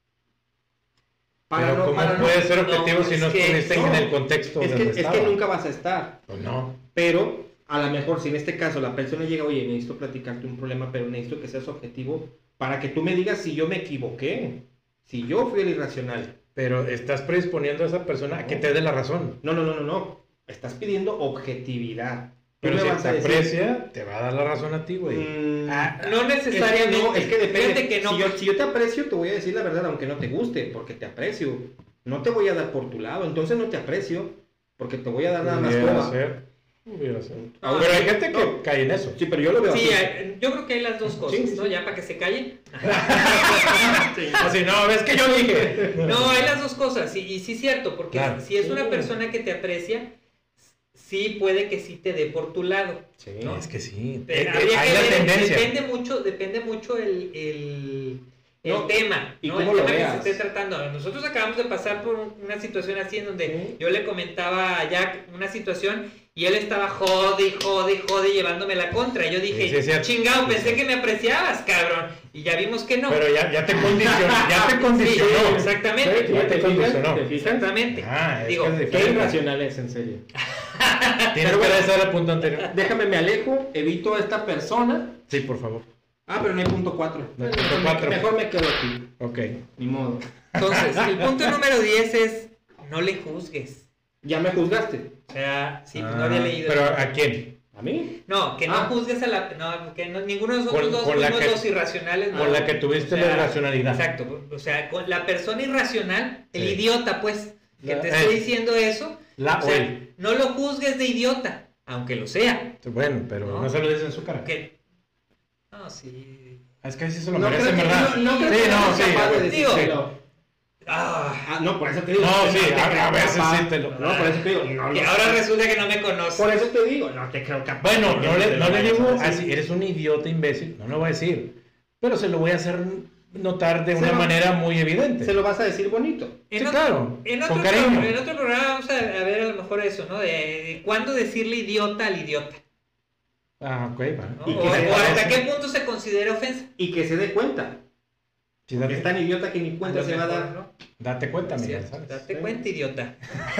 Pero ¿cómo puede ser objetivo no, si no es que estuviste no. en el contexto Es donde que estaba? nunca vas a estar. Pues no. Pero a lo mejor si en este caso la persona llega, oye, necesito platicarte un problema, pero necesito que seas objetivo para que tú me digas si yo me equivoqué, si yo fui el irracional. Pero estás predisponiendo a esa persona a que te dé la razón. No. Estás pidiendo objetividad. Tú Pero me si vas te a decir, aprecia, te va a dar la razón a ti, güey. No necesariamente. Es que depende. Fíjate que no. Si yo te aprecio, te voy a decir la verdad, aunque no te guste, porque te aprecio. No te voy a dar por tu lado, entonces no te aprecio, porque te voy a dar nada más Pudiera coba. ser. Ah, Pero hay gente que no. cae en eso. Sí, pero yo lo veo Sí, así. yo creo que hay las dos cosas, Sí, sí, ¿no? sí. Ya para que se callen. Así, no, ves que yo dije. No, hay las dos cosas, y sí es cierto, porque Claro. si es una Sí. persona que te aprecia, sí puede que sí te dé por tu lado. Sí, ¿no? es que sí. Pero habría Hay que la ver, tendencia. depende mucho el No, tema, y ¿no? cómo El lo tema veas. que se esté tratando. Nosotros acabamos de pasar por una situación así en donde Sí. yo le comentaba a Jack una situación y él estaba jode llevándome la contra. Y yo dije, Sí, sí, sí. chingado, Sí, pensé sí. que me apreciabas, cabrón. Y ya vimos que no. Pero ya te condicionó. Sí, exactamente. Sí, ya te condicionó. ¿Te fijas? Exactamente. Ah, es Digo, que es Qué diferente. irracional es, en serio. Tienes que regresar al punto anterior. Déjame, me alejo, evito a esta persona. Sí, por favor. Ah, pero no hay punto 4. No hay punto 4. Mejor me quedo aquí. Ok. Ni modo. Entonces, el punto número 10 es no le juzgues. Ya me juzgaste. O sea, sí, pues no había leído. ¿Pero a quién? ¿A mí? No, que no Ah. juzgues a la... No, que no, ninguno de nosotros Con- dos con la fuimos que- los irracionales. Con no. la que tuviste O sea, la irracionalidad. Exacto. O sea, con la persona irracional, el Sí. idiota, pues, que te La- esté diciendo eso, La o sea, o él. no lo juzgues de idiota, aunque lo sea. Bueno, pero No. no se lo dices en su cara. Que... No, sí... Es que ahí sí se lo No merece, creo que- ¿verdad? no creo Sí, que no, sea sí. capaz de güey. decírselo. Ah, Ah, no, por eso te digo. No, sí, te creo a veces capaz. sí te lo... No, por eso te digo. No, y no. ahora resulta que no me conoces. Por eso te digo, no te creo capaz. Bueno, Porque no le vayas a digo decir. así, eres un idiota imbécil, no lo voy a decir, pero se lo voy a hacer notar de Se una lo- manera muy evidente. Se lo vas a decir bonito. Sí, claro, En con otro, cariño. en otro programa vamos a ver a lo mejor eso, ¿no? De cuándo decirle idiota al idiota. Ah, ok, va. ¿no? Y O, que se o hasta parece. qué punto se considera ofensa. Y que se dé cuenta. Sí, Porque date, es tan idiota que ni cuenta A lo se va a mejor, dar. ¿no? date cuenta, Sí, Miguel, ¿sabes? date Sí. cuenta, idiota.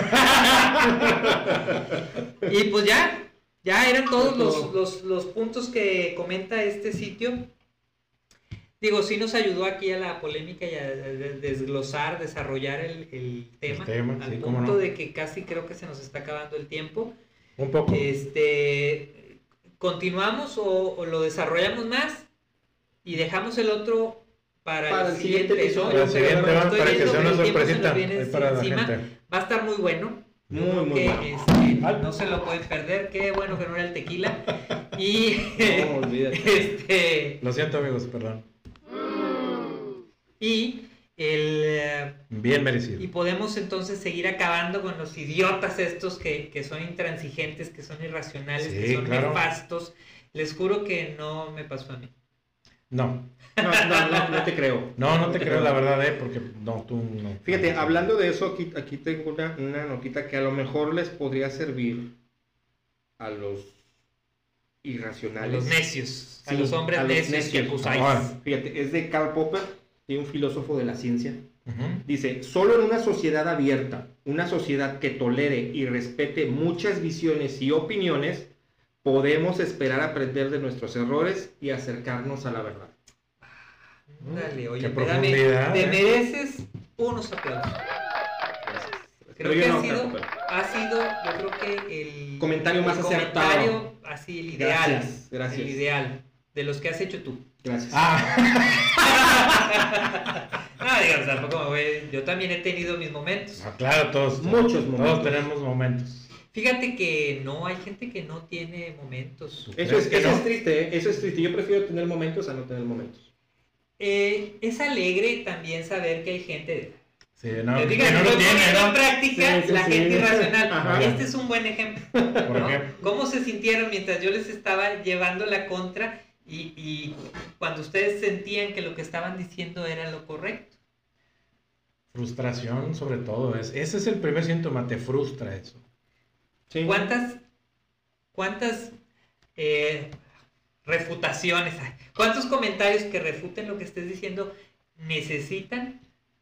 Y pues ya eran todos los puntos que comenta este sitio. Digo, sí nos ayudó aquí a la polémica y a desglosar, desarrollar el tema. tema, al sí, cómo punto no. de que casi creo que se nos está acabando el tiempo. Un poco. ¿Continuamos o lo desarrollamos más? Y dejamos el otro para el siguiente episodio. Para el siguiente, Estoy va, para que viendo sea una el tiempo se nos sorpresita viene ahí para la encima. gente. Va a estar muy bueno. Muy, Yo creo muy que, bueno. no se lo pueden perder. Qué bueno que no era el tequila. Y No, olvídate. Lo siento, amigos, perdón. y Bien merecido. y podemos entonces seguir acabando con los idiotas estos que son intransigentes, que son irracionales, Sí, que son claro. nefastos. Les juro que no me pasó a mí. No, No te creo. no te creo la verdad, porque no, tú no. Fíjate, hablando de eso, aquí tengo una notita que a lo mejor les podría servir a los A irracionales. los necios, a Sí, los hombres a los necios que necios. acusáis. Ahora. Fíjate, es de Karl Popper, de un filósofo de la ciencia. Ujú. Dice, solo en una sociedad abierta, una sociedad que tolere y respete muchas visiones y opiniones, podemos esperar aprender de nuestros errores y acercarnos a la verdad. Dale, oye, Qué te profundidad, te ¿eh? mereces unos aplausos. Creo Pero yo que no, ha sido, Karl Popper. yo creo que el Comentario más acertado. comentario así, el ideal. Gracias. El ideal. De los que has hecho tú. Gracias. No, digo, tampoco, güey, yo también he tenido mis momentos. Ah, claro, todos. Muchos momentos. Todos tenemos momentos. Fíjate que no, hay gente que no tiene momentos. Eso es, ¿Crees que eso no? es triste, ¿eh? Eso es triste. Yo prefiero tener momentos a no tener momentos. Es alegre también saber que hay gente. Sí, no, Te que digo, no lo estoy tiene, poniendo en ¿no? práctica Sí, sí, la sí. gente irracional. Ajá. Este es un buen ejemplo. ¿Por ¿no? qué? ¿Cómo se sintieron mientras yo les estaba llevando la contra y cuando ustedes sentían que lo que estaban diciendo era lo correcto? Frustración, sobre todo. Ese es el primer síntoma, te frustra eso. Sí. ¿Cuántas ¿Cuántas refutaciones, cuántos comentarios que refuten lo que estés diciendo necesitan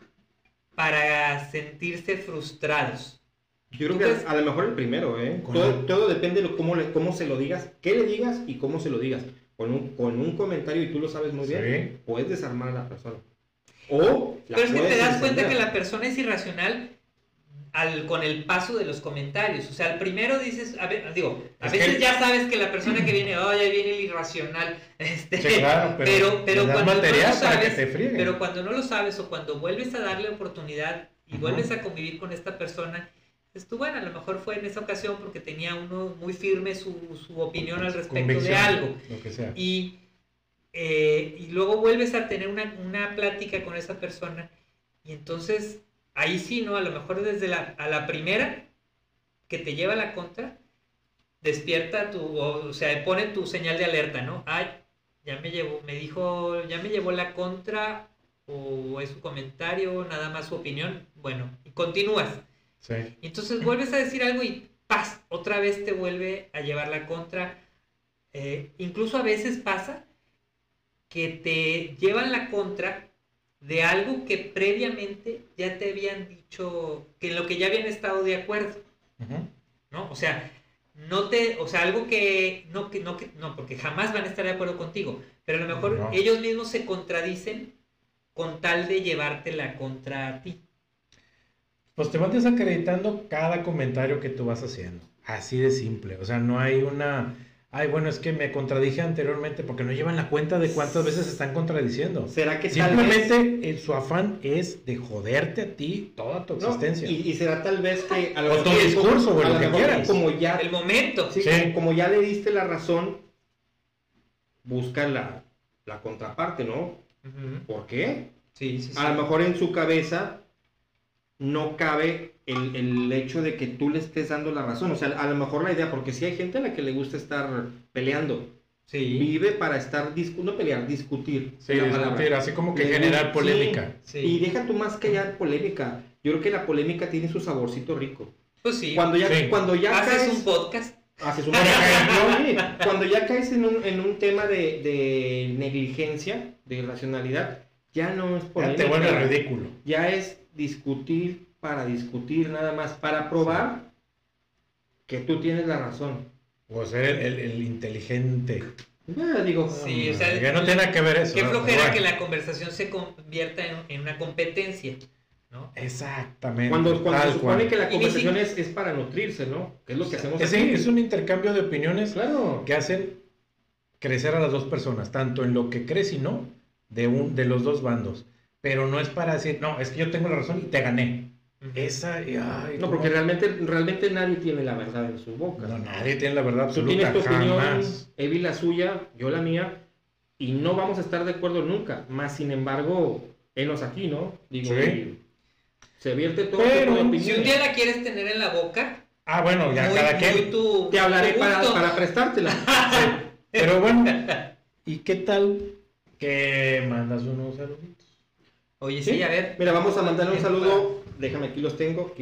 para sentirse frustrados? Yo creo que a lo mejor el primero, ¿eh? Todo depende de cómo se lo digas, qué le digas y cómo se lo digas. Con un comentario, y tú lo sabes muy bien, puedes desarmar a la persona. Pero es que te das cuenta que la persona es irracional con el paso de los comentarios. O sea, al primero dices, a veces ya sabes que la persona que viene, ahí viene el irracional. Sí, claro, pero cuando no lo sabes, que te pero cuando no lo sabes o cuando vuelves a darle oportunidad y vuelves a convivir con esta persona, dices tú, bueno, a lo mejor fue en esa ocasión porque tenía uno muy firme su opinión al respecto de algo. Lo que sea. Y luego vuelves a tener una plática con esa persona y entonces ahí sí, ¿no? A lo mejor desde a la primera que te lleva a la contra, despierta pone tu señal de alerta, ¿no? Ay, ya me llevó la contra, o es su comentario, nada más su opinión, bueno, y continúas. Sí. Y entonces vuelves a decir algo y ¡paz! Otra vez te vuelve a llevar la contra. Incluso a veces pasa que te llevan la contra de algo que previamente ya te habían dicho, que en lo que ya habían estado de acuerdo, ¿no? O sea, algo que no, porque jamás van a estar de acuerdo contigo, pero a lo mejor ellos mismos se contradicen con tal de llevarte la contra a ti. Pues te vas desacreditando cada comentario que tú vas haciendo, así de simple. O sea, no hay bueno, es que me contradije anteriormente, porque no llevan la cuenta de cuántas veces se están contradiciendo. ¿Será que simplemente su afán es de joderte a ti toda tu existencia? Y será tal vez que o tu discurso, o lo que quieras. Como ya, el momento. Sí. Como ya le diste la razón, busca la contraparte, ¿no? ¿Por qué? Sí. A lo mejor en su cabeza no cabe el hecho de que tú le estés dando la razón. O sea, a lo mejor la idea, porque sí hay gente a la que le gusta estar peleando. Sí. Vive para estar, no pelear, discutir. Sí, discutir, así como que generar polémica. Sí. Y deja tú más que hallar polémica. Yo creo que la polémica tiene su saborcito rico. Pues sí. Cuando ya haces caes, un podcast. Haces un podcast. Cuando ya caes en un tema de negligencia, de irracionalidad, ya no es polémica. Ya te vuelve ridículo. Ya es discutir para discutir, nada más, para probar que tú tienes la razón. O ser el inteligente. Digo, sí, o sea, ya no tiene nada que ver eso. Qué flojera que la conversación se convierta en una competencia, ¿no? Exactamente. Cuando se supone que la conversación es para nutrirse, ¿no? Que es lo que hacemos aquí. Sí, es un intercambio de opiniones, claro, que hacen crecer a las dos personas, tanto en lo que crees y no, de los dos bandos. Pero no es para decir, no, es que yo tengo la razón y te gané. No, porque realmente nadie tiene la verdad en su boca. No, nadie tiene la verdad absoluta. Tú tienes tu opinión, jamás. Evi la suya, yo la mía, y no vamos a estar de acuerdo nunca. Más sin embargo, enos aquí, ¿no? Digo, sí. Se vierte todo. Pero si un día la quieres tener en la boca, bueno, ya cada quien. Te hablaré para prestártela. Sí. Pero bueno, ¿y qué tal que mandas unos saluditos? Oye, sí, a ver. Mira, vamos a mandarle un saludo. Déjame, aquí los tengo,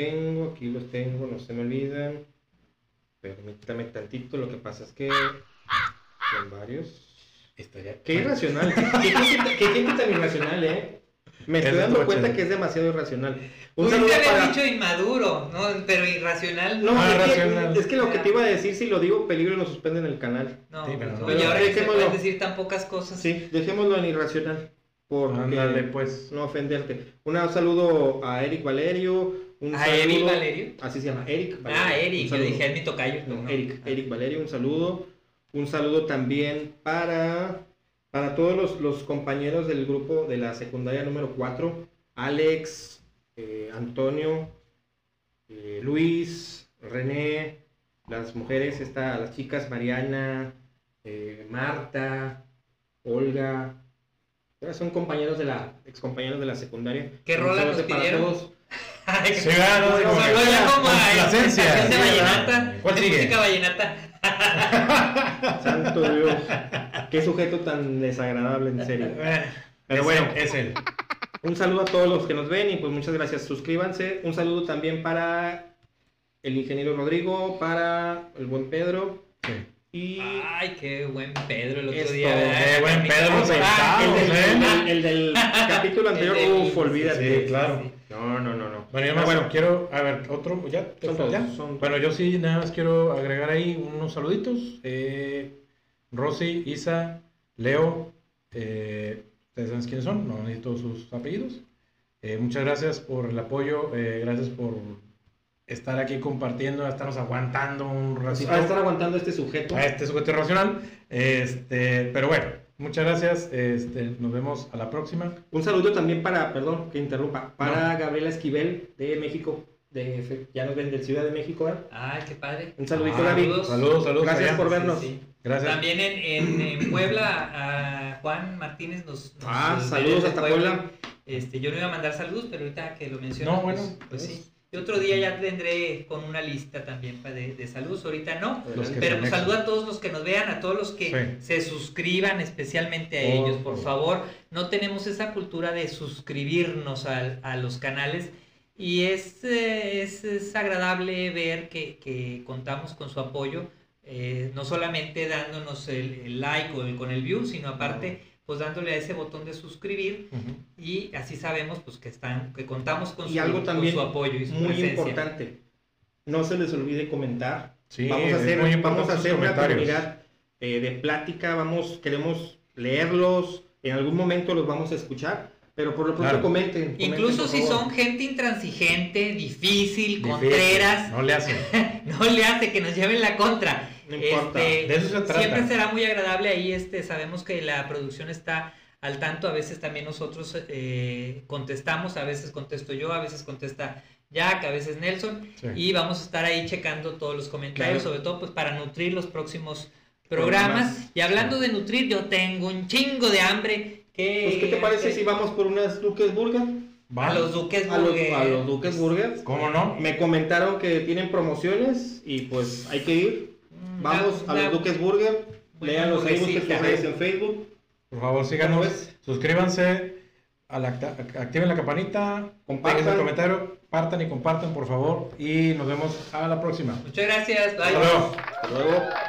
no se me olvidan. Permítame tantito, lo que pasa es que son varios. Qué irracional, qué gente tan irracional, ¿eh? Me estoy dando cuenta que es demasiado irracional. Un saludo para... dicho inmaduro, ¿no? Pero irracional. No, es que lo que te iba a decir, si lo digo, peligro nos suspenden el canal. No, sí, pero oye, ahora que puedes decir tan pocas cosas. Sí, dejémoslo en irracional. Ándale, pues. No ofenderte. Un saludo a Eric Valerio. ¿Eric Valerio? Así se llama, Eric Valerio. Eric, yo dije, es mi tocayo. No, Eric Valerio, un saludo. Un saludo también para todos los compañeros del grupo de la secundaria número 4. Alex, Antonio, Luis, René, las mujeres, las chicas, Marta, Olga. Son compañeros excompañeros de la secundaria. ¿Qué rola nos pidieron? Sí, como complacencia. De vallenata. ¿Cuál sigue? Música vallenata. Santo Dios. Qué sujeto tan desagradable, en serio. Pero bueno, es él. Un saludo a todos los que nos ven y pues muchas gracias. Suscríbanse. Un saludo también para el ingeniero Rodrigo, para el buen Pedro Sí. Y Ay, qué buen Pedro el otro Esto, día. ¿verdad? qué buen Pedro Vamos a- pensado, el del capítulo anterior, El del- olvídate. Sí, claro. Sí. No. Bueno, yo más quiero, a ver, otro, ya, Son todos, ya. son- Bueno, yo sí nada más quiero agregar ahí unos saluditos. Rosy, Isa, Leo, ustedes saben quiénes son, no necesito sus apellidos. Muchas gracias por el apoyo, gracias por estar aquí compartiendo, estarnos aguantando un ratito. Va a estar aguantando este sujeto. A este sujeto irracional. Pero bueno, muchas gracias. Nos vemos a la próxima. Un saludo también perdón que interrumpa, para Gabriela Esquivel de México, ya nos ven de Ciudad de México, ¿eh? Ay, qué padre. Un saludito, Ah, Gaby. Saludos. Gracias allá. por vernos. Sí, sí. Gracias. También en Puebla, a Juan Martínez nos Saludos de hasta Puebla. Yo no iba a mandar saludos, pero ahorita que lo mencionas, No, bueno, pues sí. Y otro día ya tendré con una lista también de saludos, ahorita no. Los que Pero se pues anexan. saludo a todos los que nos vean, a todos los que se suscriban, especialmente a ellos, por favor. No tenemos esa cultura de suscribirnos a los canales y es agradable ver que contamos con su apoyo, no solamente dándonos el like o con el view, sino aparte pues dándole a ese botón de suscribir. Y así sabemos pues que contamos con, algo también con su apoyo y su muy presencia. importante, no se les olvide comentar. Sí, vamos a es hacer, muy importante sus una comentarios. comunidad de plática, queremos leerlos, en algún momento los vamos a escuchar, pero por lo pronto Claro. comenten, Incluso por si favor. son gente intransigente, difícil, Difícil, contreras, No le hacen. no le hace que nos lleven la contra. No importa, de eso se trata. Siempre será muy agradable ahí, sabemos que la producción está al tanto, a veces también nosotros contestamos, a veces contesto yo, a veces contesta Jack, a veces Nelson, Sí. y vamos a estar ahí checando todos los comentarios, Claro. sobre todo pues para nutrir los próximos programas. Y hablando de nutrir, yo tengo un chingo de hambre. Pues, ¿qué te parece si vamos por unas Duques Burger? A los Duques A Burger. los Duques Burger. ¿Cómo no? Me comentaron que tienen promociones y pues hay que ir. Vamos a los Duques Burger. buena Léanlos ahí, busquen sus hamburguesita. redes en Facebook. Por favor, ¿Cómo síganos. ves? Suscríbanse. Activen la campanita. Compartan. Dejen el comentario. Partan y compartan, por favor. Y nos vemos a la próxima. Muchas gracias. Bye. Hasta luego. Hasta luego.